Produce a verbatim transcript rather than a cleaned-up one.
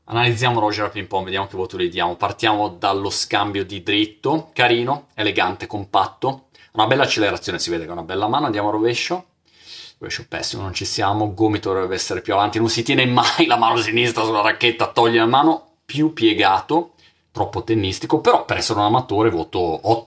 Analizziamo Roger al ping pong, vediamo che voto gli diamo. Partiamo dallo scambio di dritto, carino, elegante, compatto. Una bella accelerazione, si vede che è una bella mano. Andiamo a rovescio. Rovescio pessimo, non ci siamo. Gomito dovrebbe essere più avanti. Non si tiene mai la mano sinistra sulla racchetta, toglie la mano. Più piegato, troppo tennistico. Però per essere un amatore voto ottimo.